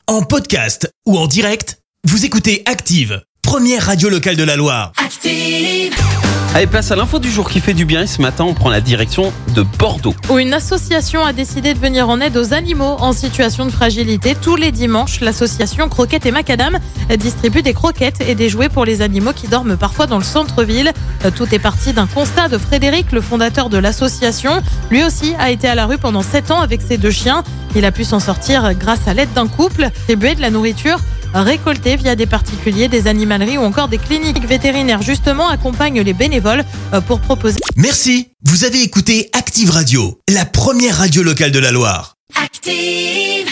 En podcast ou en direct, vous écoutez Active, première radio locale de la Loire. Active. Allez, place à l'info du jour qui fait du bien et ce matin on prend la direction de Bordeaux. Où une association a décidé de venir en aide aux animaux en situation de fragilité. Tous les dimanches, l'association Croquettes et Macadam distribue des croquettes et des jouets pour les animaux qui dorment parfois dans le centre-ville. Tout est parti d'un constat de Frédéric, le fondateur de l'association. Lui aussi a été à la rue pendant 7 ans avec ses 2 chiens. Il a pu s'en sortir grâce à l'aide d'un couple, distribuer de la nourriture récoltés via des particuliers, des animaleries ou encore des cliniques vétérinaires justement accompagnent les bénévoles pour proposer. Merci, vous avez écouté Active Radio, la première radio locale de la Loire. Active.